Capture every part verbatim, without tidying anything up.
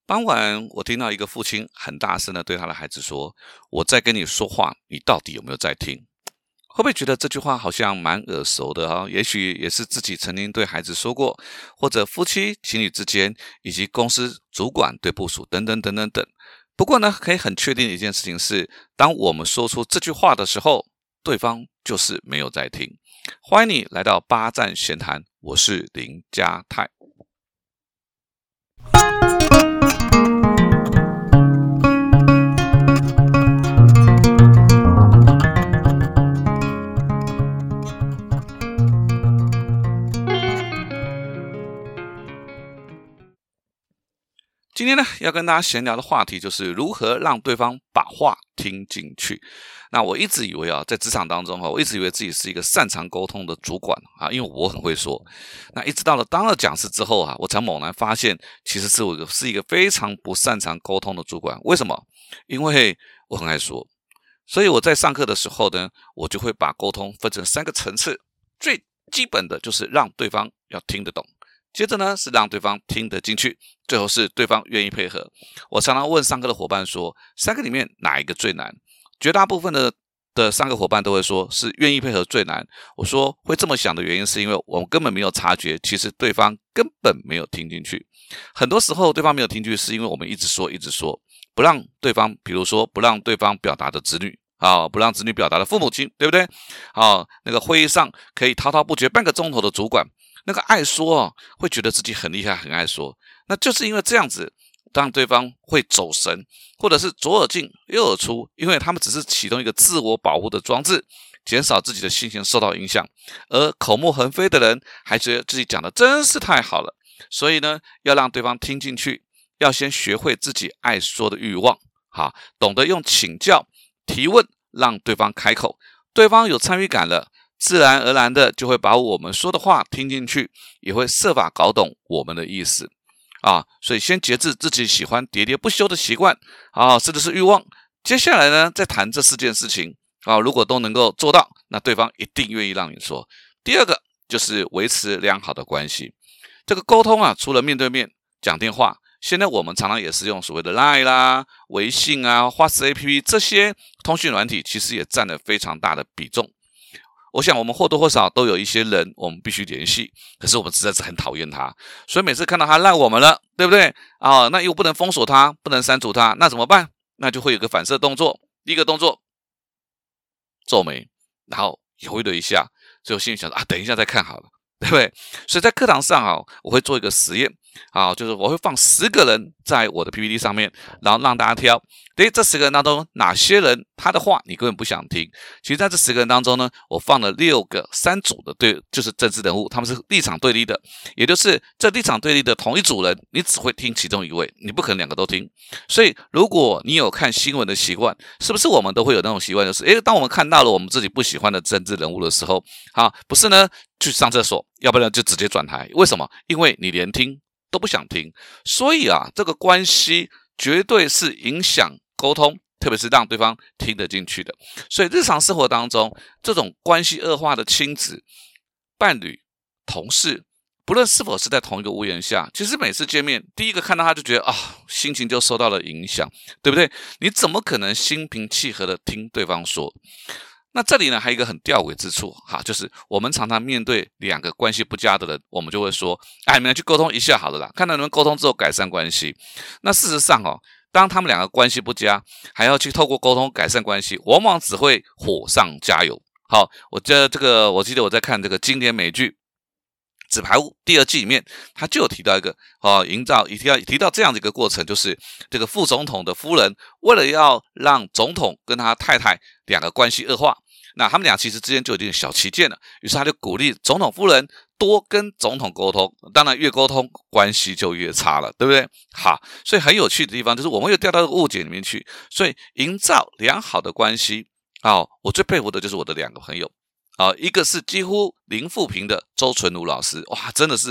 傍晚，我听到一个父亲很大声的对他的孩子说：“我在跟你说话，你到底有没有在听？”会不会觉得这句话好像蛮耳熟的啊？也许也是自己曾经对孩子说过，或者夫妻情侣之间，以及公司主管对部属等等等等等。不过呢，可以很确定的一件事情是，当我们说出这句话的时候，对方就是没有在听。欢迎你来到八站闲谈，我是林家泰。今天呢，要跟大家闲聊的话题就是如何让对方把话听进去。那我一直以为啊，在职场当中我一直以为自己是一个擅长沟通的主管啊，因为我很会说。那一直到了当了讲师之后啊，我才猛然发现，其实是我是一个非常不擅长沟通的主管。为什么？因为我很爱说，所以我在上课的时候呢，我就会把沟通分成三个层次。最基本的就是让对方要听得懂。接着呢，是让对方听得进去，最后是对方愿意配合。我常常问上课的伙伴说，三个里面哪一个最难？绝大部分的的上课伙伴都会说是愿意配合最难。我说会这么想的原因是因为我们根本没有察觉，其实对方根本没有听进去。很多时候对方没有听进去，是因为我们一直说一直说，不让对方，比如说不让对方表达的子女。好，不让子女表达的父母亲，对不对？好，那个会议上可以滔滔不绝半个钟头的主管，那个爱说哦，会觉得自己很厉害，很爱说，那就是因为这样子，让对方会走神，或者是左耳进右耳出，因为他们只是启动一个自我保护的装置，减少自己的心情受到影响。而口沫横飞的人，还觉得自己讲的真是太好了。所以呢，要让对方听进去，要先学会自己爱说的欲望，好，懂得用请教、提问让对方开口，对方有参与感了，自然而然的就会把我们说的话听进去，也会设法搞懂我们的意思啊。所以先节制自己喜欢喋喋不休的习惯啊，甚至是欲望。接下来呢，再谈这四件事情啊，如果都能够做到，那对方一定愿意让你说。第二个就是维持良好的关系。这个沟通啊，除了面对面讲电话，现在我们常常也是用所谓的 LINE 啦、微信啊、WhatsApp A P P 这些通讯软体，其实也占了非常大的比重。我想我们或多或少都有一些人我们必须联系，可是我们实在是很讨厌他，所以每次看到他赖我们了，对不对啊？那又不能封锁他，不能删除他，那怎么办？那就会有个反射动作，第一个动作皱眉，然后犹豫了一下，最后心里想说啊，等一下再看好了，对不对？所以在课堂上啊，我会做一个实验啊，就是我会放十个人在我的 P P T 上面，然后让大家挑，对，这十个人当中哪些人他的话你根本不想听。其实在这十个人当中呢，我放了六个三组的对，就是政治人物，他们是立场对立的，也就是这立场对立的同一组人，你只会听其中一位，你不可能两个都听。所以如果你有看新闻的习惯，是不是我们都会有那种习惯，就是诶，当我们看到了我们自己不喜欢的政治人物的时候，好，不是呢去上厕所，要不然就直接转台。为什么？因为你连听都不想听。所以啊，这个关系绝对是影响沟通，特别是让对方听得进去的。所以日常生活当中，这种关系恶化的亲子、伴侣、同事，不论是否是在同一个屋檐下，其实每次见面，第一个看到他就觉得啊，心情就受到了影响，对不对？你怎么可能心平气和的听对方说？那这里呢，还有一个很吊诡之处哈，就是我们常常面对两个关系不佳的人，我们就会说，哎，你们去沟通一下好了啦，看到你们沟通之后改善关系。那事实上哦，当他们两个关系不佳，还要去透过沟通改善关系，往往只会火上加油。好，我觉得这个，我记得我在看这个经典美剧《纸牌屋》第二季里面，他就有提到一个哦，营造提到提到这样的一个过程，就是这个副总统的夫人为了要让总统跟他太太两个关系恶化，那他们俩其实之间就有点小歧见了，于是他就鼓励总统夫人多跟总统沟通，当然越沟通关系就越差了，对不对？好，所以很有趣的地方就是我们又掉到这个误解里面去，所以营造良好的关系，哦，我最佩服的就是我的两个朋友。啊，一个是几乎零负评的周纯如老师，哇，真的是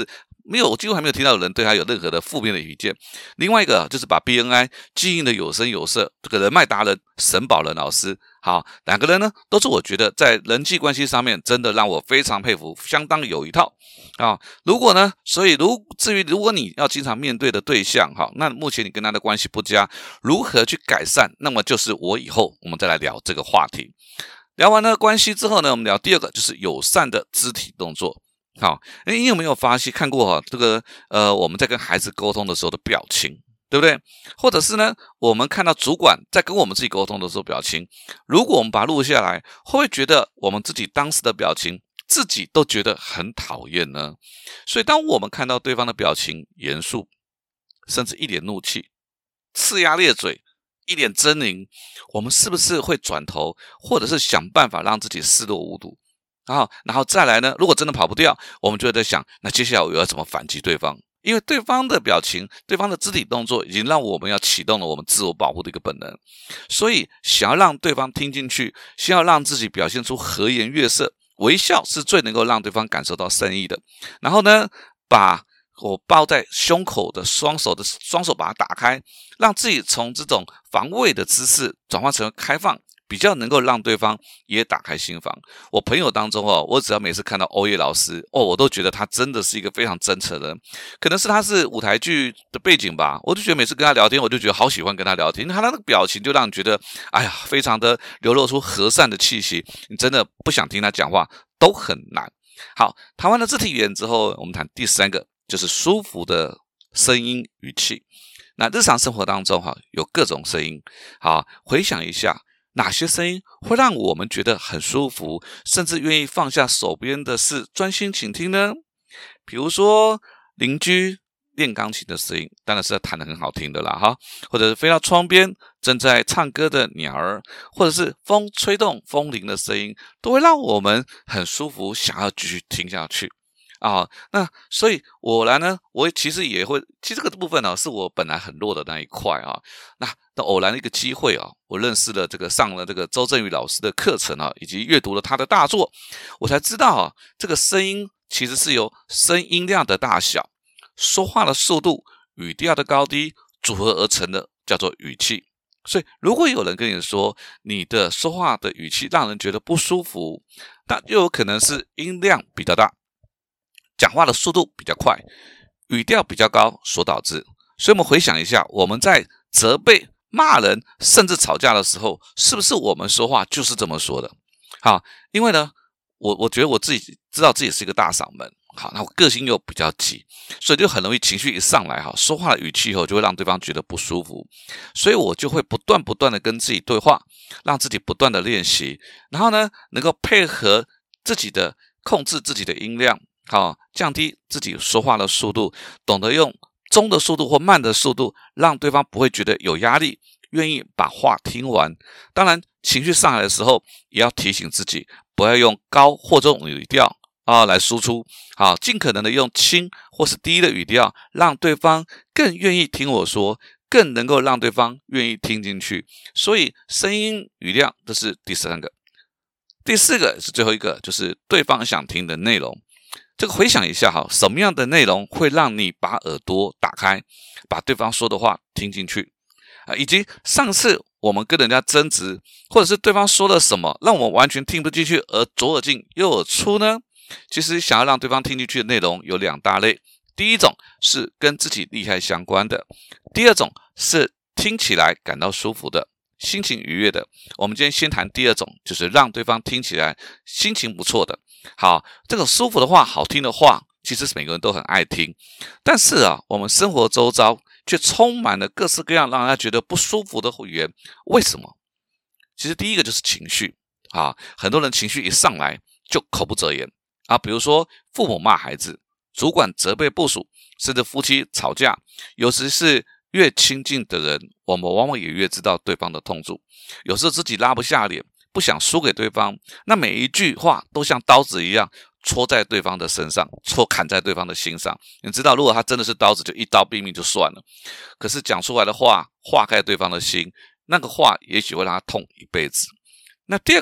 没有，几乎还没有听到有人对他有任何的负面的意见。另外一个就是把 B N I 经营的有声有色，这个人脉达人沈宝仁老师，好，两个人呢都是我觉得在人际关系上面真的让我非常佩服，相当有一套啊。如果呢，所以如至于如果你要经常面对的对象，好，那目前你跟他的关系不佳，如何去改善？那么就是我以后我们再来聊这个话题。聊完了关系之后呢，我们聊第二个就是友善的肢体动作。好，你有没有发现看过哈、哦、这个呃我们在跟孩子沟通的时候的表情，对不对？或者是呢，我们看到主管在跟我们自己沟通的时候表情，如果我们把它录下来，会不会觉得我们自己当时的表情自己都觉得很讨厌呢？所以当我们看到对方的表情严肃，甚至一脸怒气、呲牙咧嘴、一脸狰狞，我们是不是会转头，或者是想办法让自己视若无睹？然后，然后再来呢？如果真的跑不掉，我们就会在想，那接下来我要怎么反击对方？因为对方的表情、对方的肢体动作，已经让我们要启动了我们自我保护的一个本能。所以，想要让对方听进去，先要让自己表现出和颜悦色，微笑是最能够让对方感受到善意的。然后呢，把我抱在胸口的双手的双手把它打开，让自己从这种防卫的姿势转换成开放。比较能够让对方也打开心房。我朋友当中哦，我只要每次看到欧叶老师哦，我都觉得他真的是一个非常真诚的人。可能是他是舞台剧的背景吧，我就觉得每次跟他聊天，我就觉得好喜欢跟他聊天，因为他那个表情就让你觉得，哎呀，非常的流露出和善的气息，你真的不想听他讲话都很难。好，谈完了肢体语言之后，我们谈第三个，就是舒服的声音语气。那日常生活当中哈，有各种声音，好，回想一下。哪些声音会让我们觉得很舒服，甚至愿意放下手边的事，专心倾听呢？比如说邻居练钢琴的声音，当然是弹得很好听的啦，哈，或者是飞到窗边正在唱歌的鸟儿，或者是风吹动风铃的声音，都会让我们很舒服，想要继续听下去。啊，那所以我来呢，我其实也会，其实这个部分呢、啊，是我本来很弱的那一块啊。那那偶然的一个机会啊，我认识了这个上了这个周振宇老师的课程啊，以及阅读了他的大作，我才知道啊，这个声音其实是由声音量的大小、说话的速度、语调的高低组合而成的，叫做语气。所以，如果有人跟你说你的说话的语气让人觉得不舒服，那又有可能是音量比较大。讲话的速度比较快，语调比较高所导致。所以我们回想一下，我们在责备、骂人甚至吵架的时候，是不是我们说话就是这么说的？好，因为呢，我我觉得我自己知道自己是一个大嗓门，好，那我个性又比较急，所以就很容易情绪一上来，哈，说话的语气以后就会让对方觉得不舒服，所以我就会不断不断的跟自己对话，让自己不断的练习，然后呢，能够配合自己的控制自己的音量。好，降低自己说话的速度，懂得用中的速度或慢的速度，让对方不会觉得有压力，愿意把话听完。当然，情绪上来的时候，也要提醒自己，不要用高或重语调啊来输出。好，尽可能的用轻或是低的语调，让对方更愿意听我说，更能够让对方愿意听进去。所以，声音语量这是第三个，第四个是最后一个，就是对方想听的内容。这个回想一下哈，什么样的内容会让你把耳朵打开，把对方说的话听进去啊？以及上次我们跟人家争执，或者是对方说了什么，让我们完全听不进去，而左耳进右耳出呢？其实想要让对方听进去的内容有两大类，第一种是跟自己利害相关的，第二种是听起来感到舒服的。心情愉悦的，我们今天先谈第二种，就是让对方听起来心情不错的。好，这个舒服的话、好听的话，其实是每个人都很爱听。但是啊，我们生活周遭却充满了各式各样让人家觉得不舒服的语言。为什么？其实第一个就是情绪啊，很多人情绪一上来就口不择言啊，比如说父母骂孩子，主管责备部属，甚至夫妻吵架，有时是越亲近的人，我们往往也越知道对方的痛处。有时候自己拉不下脸，不想输给对方，那每一句话都像刀子一样戳在对方的身上，戳砍在对方的心上。你知道，如果他真的是刀子，就一刀毙命就算了。可是讲出来的话，划开对方的心，那个话也许会让他痛一辈子。那第二个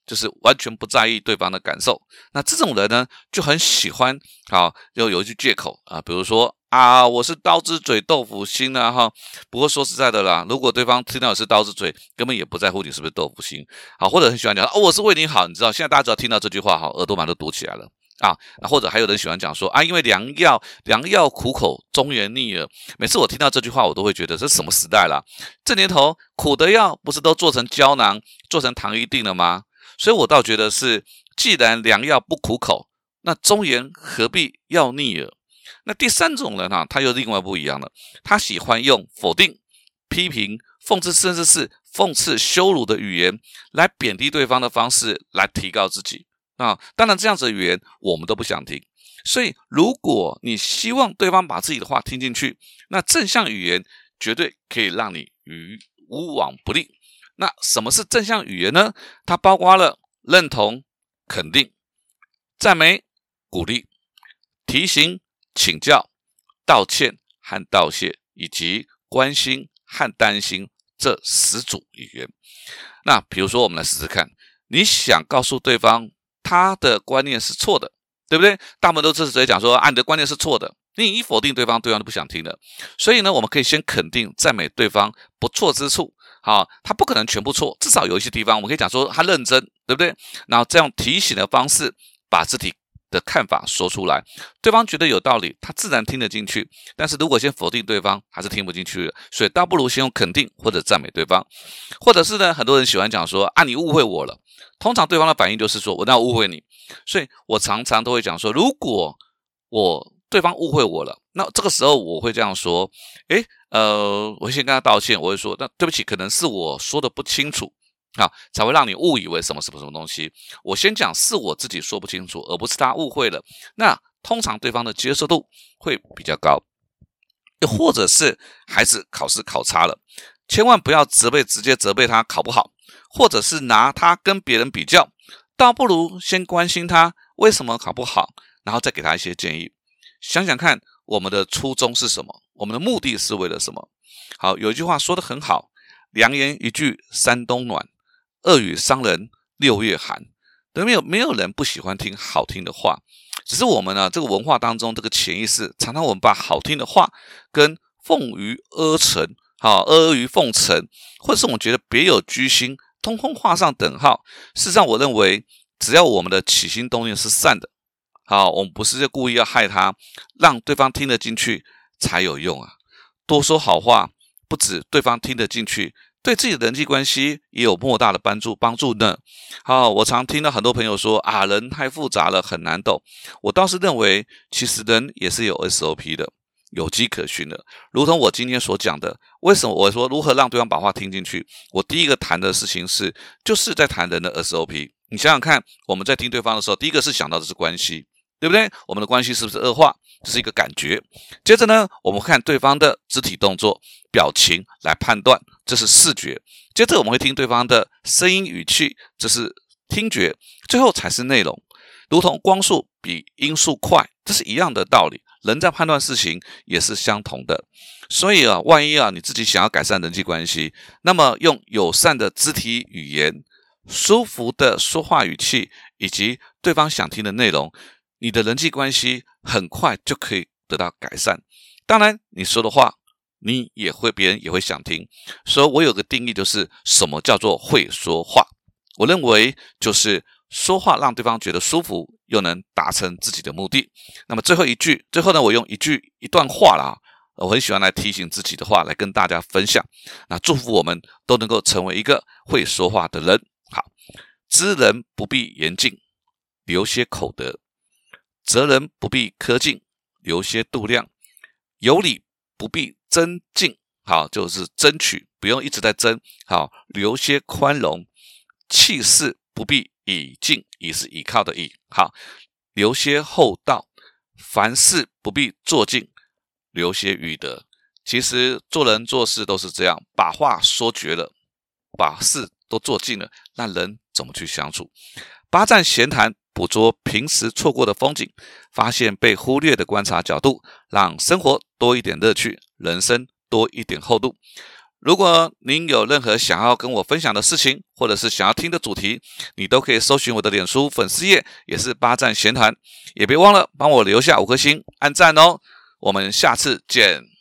就是完全不在意对方的感受。那这种人呢，就很喜欢好又有一句借口啊，比如说啊，我是刀子嘴豆腐心啊哈。不过说实在的啦，如果对方听到的是刀子嘴，根本也不在乎你是不是豆腐心，好，或者很喜欢讲哦，我是为你好，你知道，现在大家只要听到这句话，好，耳朵马上都堵起来了。啊，或者还有人喜欢讲说啊，因为良药良药苦口，忠言逆耳。每次我听到这句话，我都会觉得这是什么时代啦？这年头苦的药不是都做成胶囊、做成糖衣锭了吗？所以我倒觉得是，既然良药不苦口，那忠言何必要逆耳？那第三种人啊，他又另外不一样了，他喜欢用否定、批评、讽刺，甚至是讽刺、羞辱的语言来贬低对方的方式，来提高自己。啊，当然这样子的语言我们都不想听，所以如果你希望对方把自己的话听进去，那正向语言绝对可以让你于无往不利。那什么是正向语言呢？它包括了认同、肯定、赞美、鼓励、提醒、请教、道歉和道谢，以及关心和担心这十组语言。那比如说我们来试试看，你想告诉对方他的观念是错的，对不对？大部分都是直接讲说啊，你的观念是错的。你一否定对方，对方都不想听了。所以呢，我们可以先肯定、赞美对方不错之处。好，他不可能全部错，至少有一些地方我们可以讲说他认真，对不对？然后这样提醒的方式，把自己的看法说出来，对方觉得有道理，他自然听得进去。但是如果先否定对方，还是听不进去的。所以倒不如先用肯定或者赞美对方，或者是呢，很多人喜欢讲说啊，你误会我了。通常对方的反应就是说我哪有误会你，所以我常常都会讲说，如果我对方误会我了，那这个时候我会这样说，诶，呃，我会先跟他道歉，我会说，那对不起，可能是我说的不清楚，啊，才会让你误以为什么什么什么东西。我先讲是我自己说不清楚，而不是他误会了。那通常对方的接受度会比较高。又或者是孩子考试考差了，千万不要责备，直接责备他考不好，或者是拿他跟别人比较，倒不如先关心他为什么考不好，然后再给他一些建议。想想看，我们的初衷是什么？我们的目的是为了什么？好，有一句话说得很好，良言一句三冬暖，恶语伤人六月寒。没有没有人不喜欢听好听的话，只是我们呢，这个文化当中这个潜意识，常常我们把好听的话跟奉于阿谀，好阿谀奉承，或者是我们觉得别有居心，通通画上等号。事实上，我认为只要我们的起心动念是善的，好，我们不是故意要害他，让对方听得进去才有用啊。多说好话，不止对方听得进去，对自己的人际关系也有莫大的帮助帮助呢。好，我常听到很多朋友说啊，人太复杂了，很难懂。我倒是认为，其实人也是有 S O P 的，有迹可循的。如同我今天所讲的，为什么我说如何让对方把话听进去？我第一个谈的事情是，就是在谈人的 S O P。你想想看，我们在听对方的时候，第一个是想到的是关系，对不对？我们的关系是不是恶化？这是一个感觉。接着呢，我们看对方的肢体动作、表情来判断，这是视觉。接着我们会听对方的声音语气，这是听觉。最后才是内容。如同光速比音速快，这是一样的道理。人在判断事情也是相同的。所以啊，万一啊你自己想要改善人际关系，那么用友善的肢体语言、舒服的说话语气，以及对方想听的内容，你的人际关系很快就可以得到改善。当然，你说的话，你也会，别人也会想听。所以我有个定义，就是什么叫做会说话？我认为就是说话让对方觉得舒服，又能达成自己的目的。那么最后一句，最后呢，我用一句一段话啦，我很喜欢来提醒自己的话，来跟大家分享。那祝福我们都能够成为一个会说话的人。好，知人不必言尽，留些口德；责人不必苛尽，留些度量；有理不必争竞，好，就是争取，不用一直在争，好，留些宽容；气势不必以敬，以是倚靠的倚，好，留些厚道；凡事不必做尽，留些余德。其实做人做事都是这样，把话说绝了，把事都做尽了，那人怎么去相处？八站闲谈，捕捉平时错过的风景，发现被忽略的观察角度，让生活多一点乐趣，人生多一点厚度。 如果您有任何想要跟我分享的事情，或者是想要听的主题，你都可以搜寻我的脸书粉丝页，也是八站闲谈，也别忘了帮我留下五颗星按赞哦。我们下次见。